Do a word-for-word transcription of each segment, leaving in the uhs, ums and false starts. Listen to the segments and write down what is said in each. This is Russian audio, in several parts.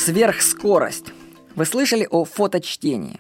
Сверхскорость. Вы слышали о фоточтении?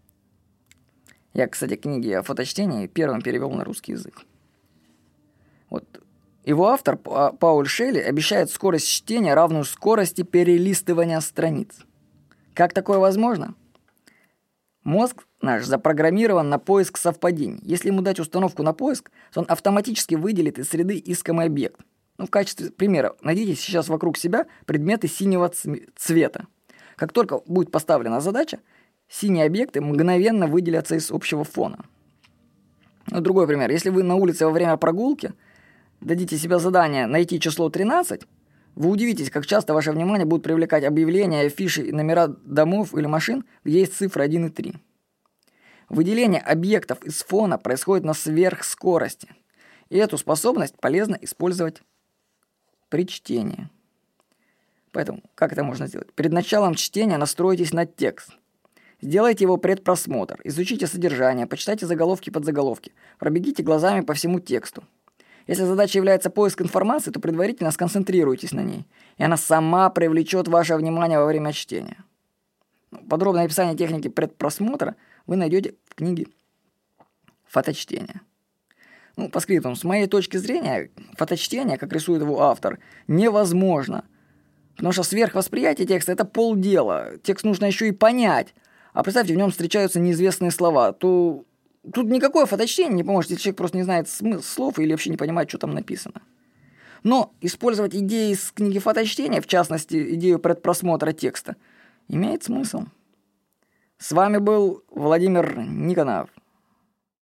Я, кстати, книги о фоточтении первым перевел на русский язык. Вот. Его автор, Пауль Шелли, обещает скорость чтения, равную скорости перелистывания страниц. Как такое возможно? Мозг наш запрограммирован на поиск совпадений. Если ему дать установку на поиск, то он автоматически выделит из среды искомый объект. Ну, в качестве примера, найдите сейчас вокруг себя предметы синего цвета. Как только будет поставлена задача, синие объекты мгновенно выделятся из общего фона. Ну, другой пример. Если вы на улице во время прогулки дадите себе задание найти число тринадцать, вы удивитесь, как часто ваше внимание будут привлекать объявления, афиши и номера домов или машин, где есть цифры один и три. Выделение объектов из фона происходит на сверхскорости. И эту способность полезно использовать при чтении. Поэтому, как это можно сделать? Перед началом чтения настройтесь на текст. Сделайте его предпросмотр, изучите содержание, почитайте заголовки и подзаголовки, пробегите глазами по всему тексту. Если задача является поиск информации, то предварительно сконцентрируйтесь на ней, и она сама привлечет ваше внимание во время чтения. Подробное описание техники предпросмотра вы найдете в книге «Фоточтение». Ну, по скриптам, с моей точки зрения, фоточтение, как рисует его автор, невозможно. Потому что сверхвосприятие текста – это полдела. Текст нужно еще и понять. А представьте, в нем встречаются неизвестные слова. То тут никакое фоточтение не поможет, если человек просто не знает смысл слов или вообще не понимает, что там написано. Но использовать идеи из книги фоточтения, в частности, идею предпросмотра текста, имеет смысл. С вами был Владимир Никонов.